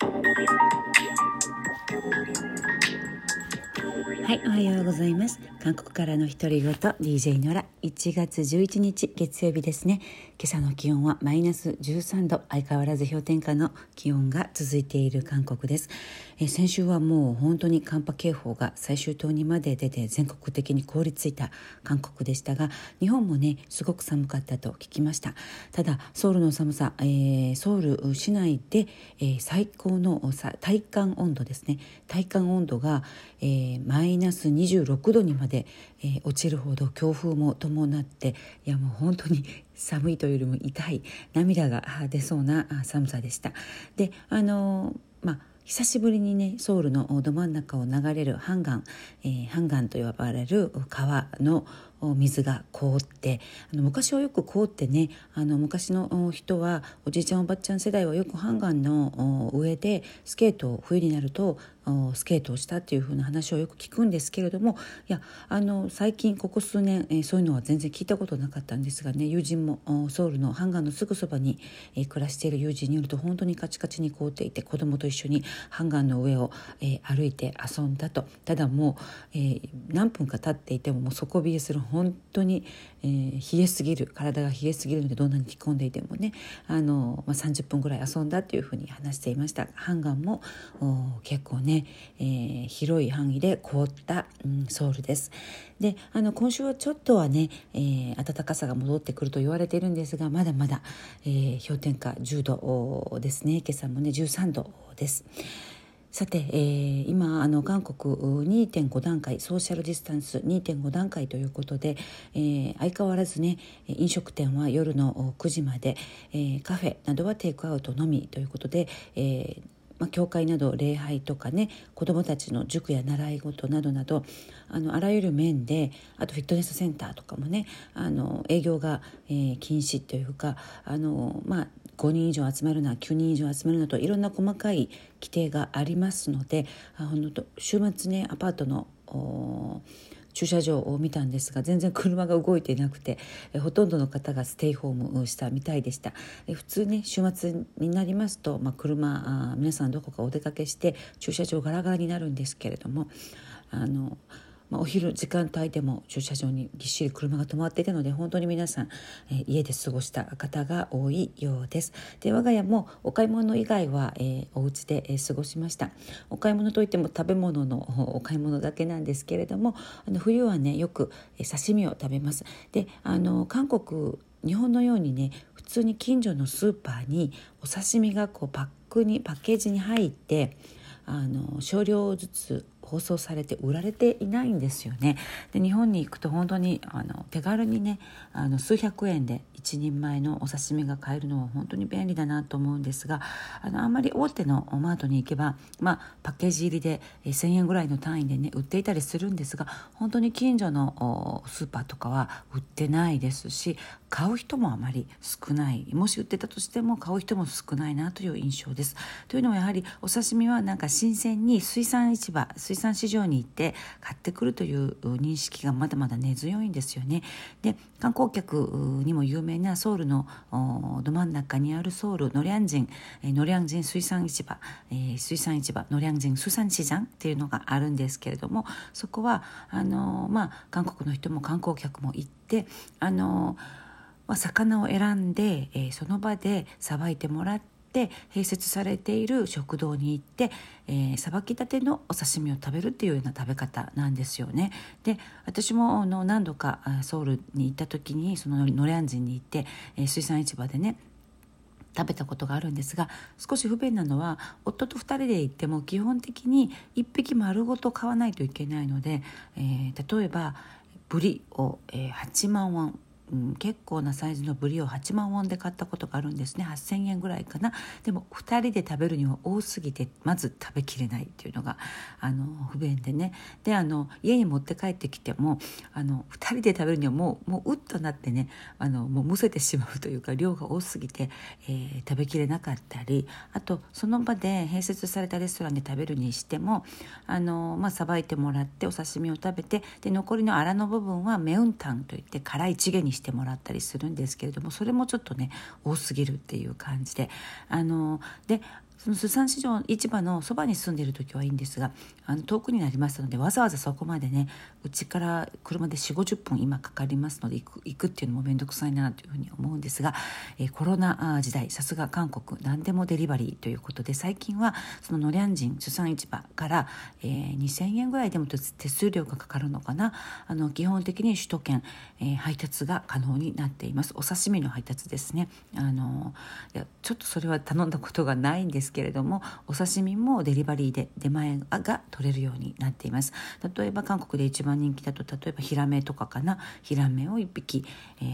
はい、おはようございます。韓国からの独り言 DJ ノラ。1月11日月曜日ですね。今朝の気温はマイナス13度、相変わらず氷点下の気温が続いている韓国です。先週はもう本当に寒波警報が最終島にまで出て全国的に凍りついた韓国でしたが、日本もねすごく寒かったと聞きました。ただソウルの寒さ、ソウル市内で、最高の体感温度ですね、体感温度が、マイナス26度にまで、落ちるほど強風も伴って、いやもう本当に寒いというよりも痛い、涙が出そうな寒さでした。で久しぶりにねソウルのど真ん中を流れるハンガンと呼ばれる川の水が凍って、昔はよく凍ってね、昔の人はおじいちゃんおばあちゃん世代はよくハンガンの上でスケートを冬になるとスケートをしたっていう風な話をよく聞くんですけれども、いや最近ここ数年、そういうのは全然聞いたことなかったんですがね、友人もソウルのハンガンのすぐそばに、暮らしている友人によると本当にカチカチに凍っていて、子供と一緒にハンガンの上を、歩いて遊んだと。ただもう、何分か経っていてももう底冷えする、本当に、冷えすぎる、体が冷えすぎるのでどんなに着込んでいてもね30分ぐらい遊んだというふうに話していました。ハンガンも結構ね、広い範囲で凍った、ソウルです。で今週はちょっとはね、暖かさが戻ってくると言われているんですが、まだまだ、氷点下10度ですね。今朝もね13度です。さて、今韓国2.5 段階ソーシャルディスタンス 2.5 段階ということで、相変わらずね飲食店は夜の9時まで、カフェなどはテイクアウトのみということで、教会など礼拝とかね、子どもたちの塾や習い事などなどあらゆる面で、あとフィットネスセンターとかもね営業が、禁止というか5人以上集まるな、9人以上集まるなといろんな細かい規定がありますので、週末ねアパートの駐車場を見たんですが、全然車が動いていなくて、ほとんどの方がステイホームしたみたいでした。普通ね週末になりますと、皆さんどこかお出かけして駐車場ガラガラになるんですけれども、お昼時間帯でも駐車場にぎっしり車が止まっていたので、本当に皆さん、家で過ごした方が多いようです。で我が家もお買い物以外は、お家で、過ごしました。お買い物といっても食べ物のお買い物だけなんですけれども、冬はねよく刺身を食べます。で韓国日本のようにね普通に近所のスーパーにお刺身がこうパッケージに入って少量ずつ包装されて売られていないんですよね。で日本に行くと本当に手軽にね数百円で一人前のお刺身が買えるのは本当に便利だなと思うんですが、あんまり大手のマートに行けば、パッケージ入りで1000円ぐらいの単位でね売っていたりするんですが、本当に近所のスーパーとかは売ってないですし、買う人もあまり少ない、もし売ってたとしても買う人も少ないなという印象です。というのもやはりお刺身はなんか新鮮に水産市場に行って買ってくるという認識がまだまだ根強いんですよね。で観光客にも有名なソウルのど真ん中にあるソウルノリャンジン水産市場ノリャンジン水産市場っていうのがあるんですけれども、そこは韓国の人も観光客も行って魚を選んで、その場でさばいてもらって併設されている食堂に行ってさばきたてのお刺身を食べるっていうような食べ方なんですよね。で私も何度かソウルに行った時にそのノリャンジンに行って、水産市場でね食べたことがあるんですが、少し不便なのは夫と2人で行っても基本的に1匹丸ごと買わないといけないので、例えばブリを、8万ウォン、結構なサイズのブリを8万ウォンで買ったことがあるんですね。8000円ぐらいかな。でも2人で食べるには多すぎてまず食べきれないっていうのが不便でね。で家に持って帰ってきても2人で食べるにはもううっとなってねもうむせてしまうというか量が多すぎて、食べきれなかったり、あとその場で併設されたレストランで食べるにしてもさばいてもらってお刺身を食べて、で残りのアラの部分はメウンタンといって辛いチゲにしてもらったりするんですけれども、それもちょっとね多すぎるっていう感じでそのスサン市場市場のそばに住んでいる時はいいんですが、遠くになりましたので、わざわざそこまでね、うちから車で4、50分今かかりますので、行くっていうのもめんどくさいなというふうに思うんですが、コロナ時代、さすが韓国何でもデリバリーということで、最近はそのノリャンジンスサン市場から、2000円ぐらいでも手数料がかかるのかな、基本的に首都圏、配達が可能になっています。お刺身の配達ですね。いやちょっとそれは頼んだことがないんですけれども、お刺身もデリバリーで出前が取れるようになっています。例えば韓国で一番人気だと、例えばヒラメとかかな、ヒラメを1匹、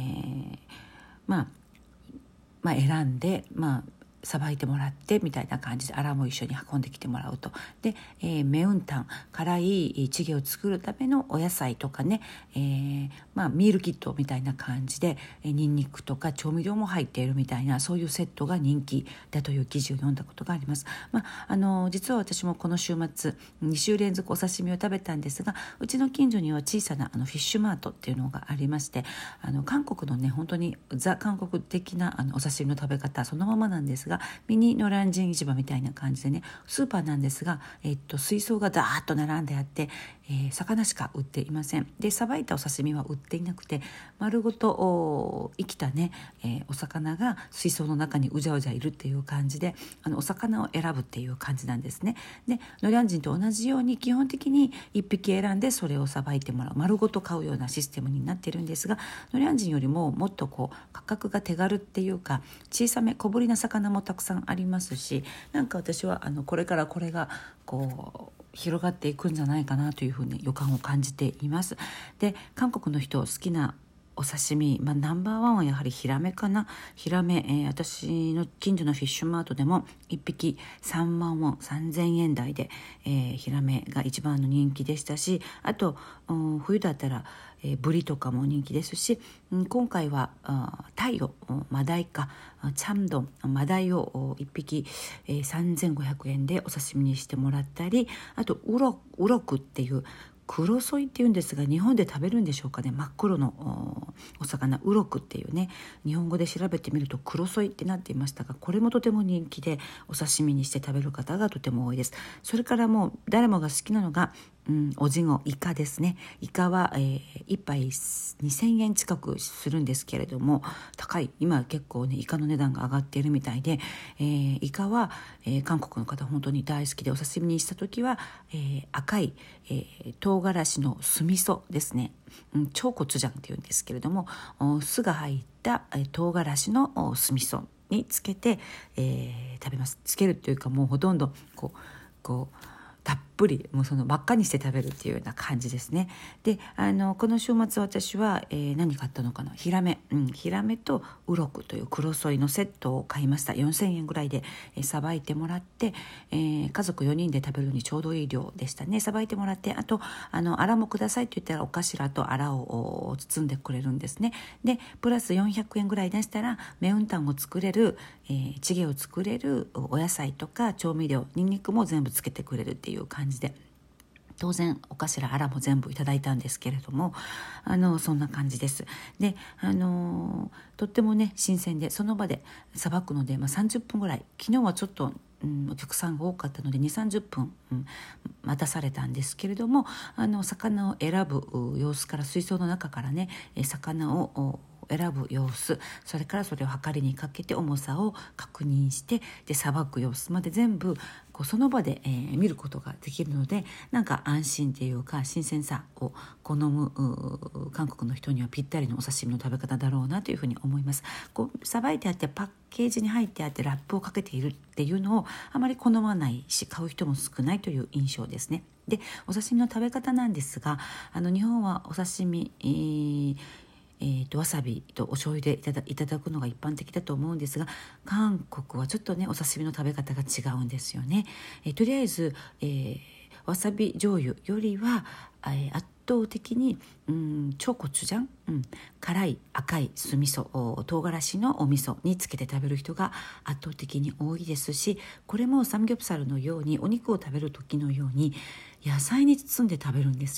選んでさばいてもらってみたいな感じで、アラも一緒に運んできてもらうと。で、メウンタン、辛いチゲを作るためのお野菜とかね、ミールキットみたいな感じで、ニンニクとか調味料も入っているみたいな、そういうセットが人気だという記事を読んだことがあります。実は私もこの週末2週連続お刺身を食べたんですが、うちの近所には小さなフィッシュマートっていうのがありまして、韓国のね、本当にザ韓国的なお刺身の食べ方そのままなんですが、ミニノランジン市場みたいな感じでね、スーパーなんですが、水槽がダーッと並んであって、魚しか売っていません。で、さばいたお刺身は売っていなくて、丸ごと生きたね、お魚が水槽の中にうじゃうじゃいるっていう感じで、お魚を選ぶっていう感じなんですね。で、ノリャンジンと同じように基本的に1匹選んでそれをさばいてもらう、丸ごと買うようなシステムになっているんですが、ノリャンジンよりももっと価格が手軽っていうか、小さめ小ぶりな魚もたくさんありますし、なんか私はこれからこれが広がっていくんじゃないかなというふうに予感を感じています。で、韓国の人好きなお刺身、ナンバーワンはやはりヒラメかな。ヒラメ、私の近所のフィッシュマートでも1匹3万ウォン、3000円台で、ヒラメが一番の人気でしたし、あと冬だったら、ブリとかも人気ですし、今回はタイをマダイかチャンドンマダイを1匹、3500円でお刺身にしてもらったり、あとウロクっていう黒ソイっていうんですが、日本で食べるんでしょうかね。真っ黒のお魚、ウロクっていうね、日本語で調べてみると黒ソイってなっていましたが、これもとても人気でお刺身にして食べる方がとても多いです。それからもう誰もが好きなのがおじご、イカですね。イカは、1杯2000円近くするんですけれども、高い。今結構ね、イカの値段が上がっているみたいで、イカは、韓国の方本当に大好きで、お刺身にした時は、赤い、唐辛子の酢味噌ですね。超コチュジャンっていうんですけれども、酢が入った、唐辛子の酢味噌につけて、食べます。つけるというか、もうほとんどたっぷりもうその真っ赤にして食べるっていうような感じですね。で、この週末私は、何買ったのかな、ヒラメとウロクという黒ソイのセットを買いました。4000円ぐらいでさばいてもらって、家族4人で食べるのにちょうどいい量でしたね。さばいてもらって、あとアラもくださいって言ったらお頭とアラを包んでくれるんですね。でプラス400円ぐらい出したらメウンタンを作れる、チゲを作れるお野菜とか調味料、ニンニクも全部つけてくれるっていう感じで、当然お頭アラも全部いただいたんですけれども、そんな感じです。で、とってもね新鮮で、その場でさばくので、30分ぐらい、昨日はちょっとお客さんが多かったので2、30分、待たされたんですけれども、魚を選ぶ様子から、水槽の中からね魚を選ぶ様子、それからそれを測りにかけて重さを確認して、でさばく様子まで全部その場で、見ることができるので、なんか安心っていうか新鮮さを好む韓国の人にはぴったりのお刺身の食べ方だろうなというふうに思います。さばいてあってパッケージに入ってあってラップをかけているっていうのをあまり好まないし、買う人も少ないという印象ですね。でお刺身の食べ方なんですが、日本はお刺身、わさびとお醤油でいただくのが一般的だと思うんですが、韓国はちょっとねお刺身の食べ方が違うんですよね。とりあえず、わさび醤油よりは、圧倒的に超コチュジャン、辛い赤い酢味噌、唐辛子のお味噌につけて食べる人が圧倒的に多いですし、これもサムギョプサルのようにお肉を食べる時のように野菜に包んで食べるんですよ。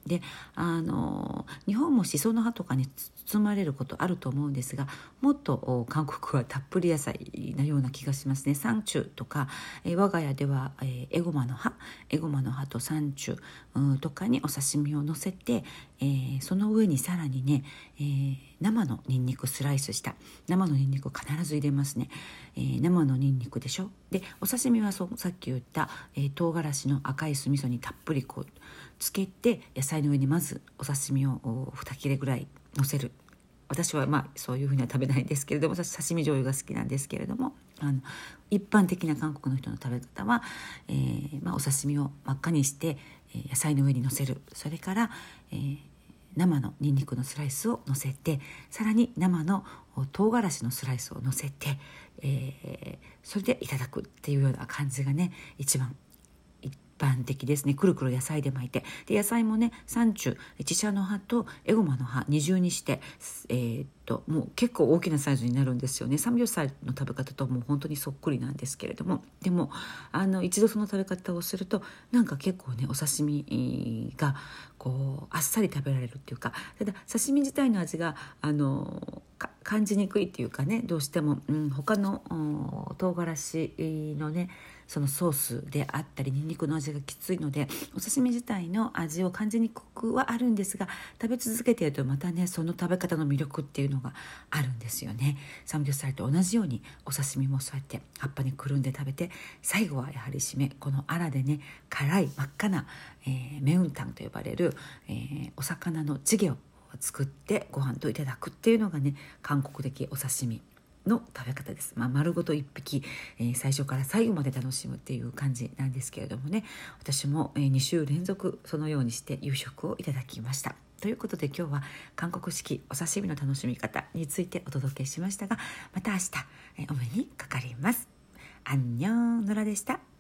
で日本もしその葉とかに包まれることあると思うんですが、もっと韓国はたっぷり野菜なような気がしますね。サンチュとか、我が家では、エゴマの葉とサンチュとかにお刺身を乗せて、その上にさらにね、生のニンニクスライスした生のニンニクを必ず入れますね。生のニンニクでしょ。でお刺身はさっき言った、唐辛子の赤い酢味噌にたっぷりこうつけて、野菜の上にまずお刺身を2切れぐらい乗せる。私はそういうふうには食べないんですけれども、私刺身醤油が好きなんですけれども、一般的な韓国の人の食べ方は、お刺身を真っ赤にして、野菜の上に乗せる。それから、生のニンニクのスライスを乗せて、さらに生の唐辛子のスライスを乗せて、それでいただくっていうような感じがね、一番一般的ですね。くるくる野菜で巻いて、で野菜もね、サンチュ、チシャの葉とエゴマの葉二重にして、もう結構大きなサイズになるんですよね。サムギョプサルの食べ方ともう本当にそっくりなんですけれども、でも一度その食べ方をするとなんか結構ね、お刺身がこうあっさり食べられるっていうか、ただ刺身自体の味が感じにくいっていうかね、どうしても、他の唐辛子のね、そのソースであったりニンニクの味がきついので、お刺身自体の味を感じにくくはあるんですが、食べ続けているとまたね、その食べ方の魅力っていうのがあるんですよね。サムギョプサルと同じようにお刺身もそうやって葉っぱにくるんで食べて、最後はやはり締め、このアラでね、辛い真っ赤な、メウンタンと呼ばれる、お魚のチゲを作ってご飯といただくっていうのがね、韓国的お刺身の食べ方です。丸ごと一匹、最初から最後まで楽しむっていう感じなんですけれどもね、私も、2週連続そのようにして夕食をいただきました。ということで今日は韓国式お刺身の楽しみ方についてお届けしましたが、また明日、お目にかかります。アンニョン、ノラでした。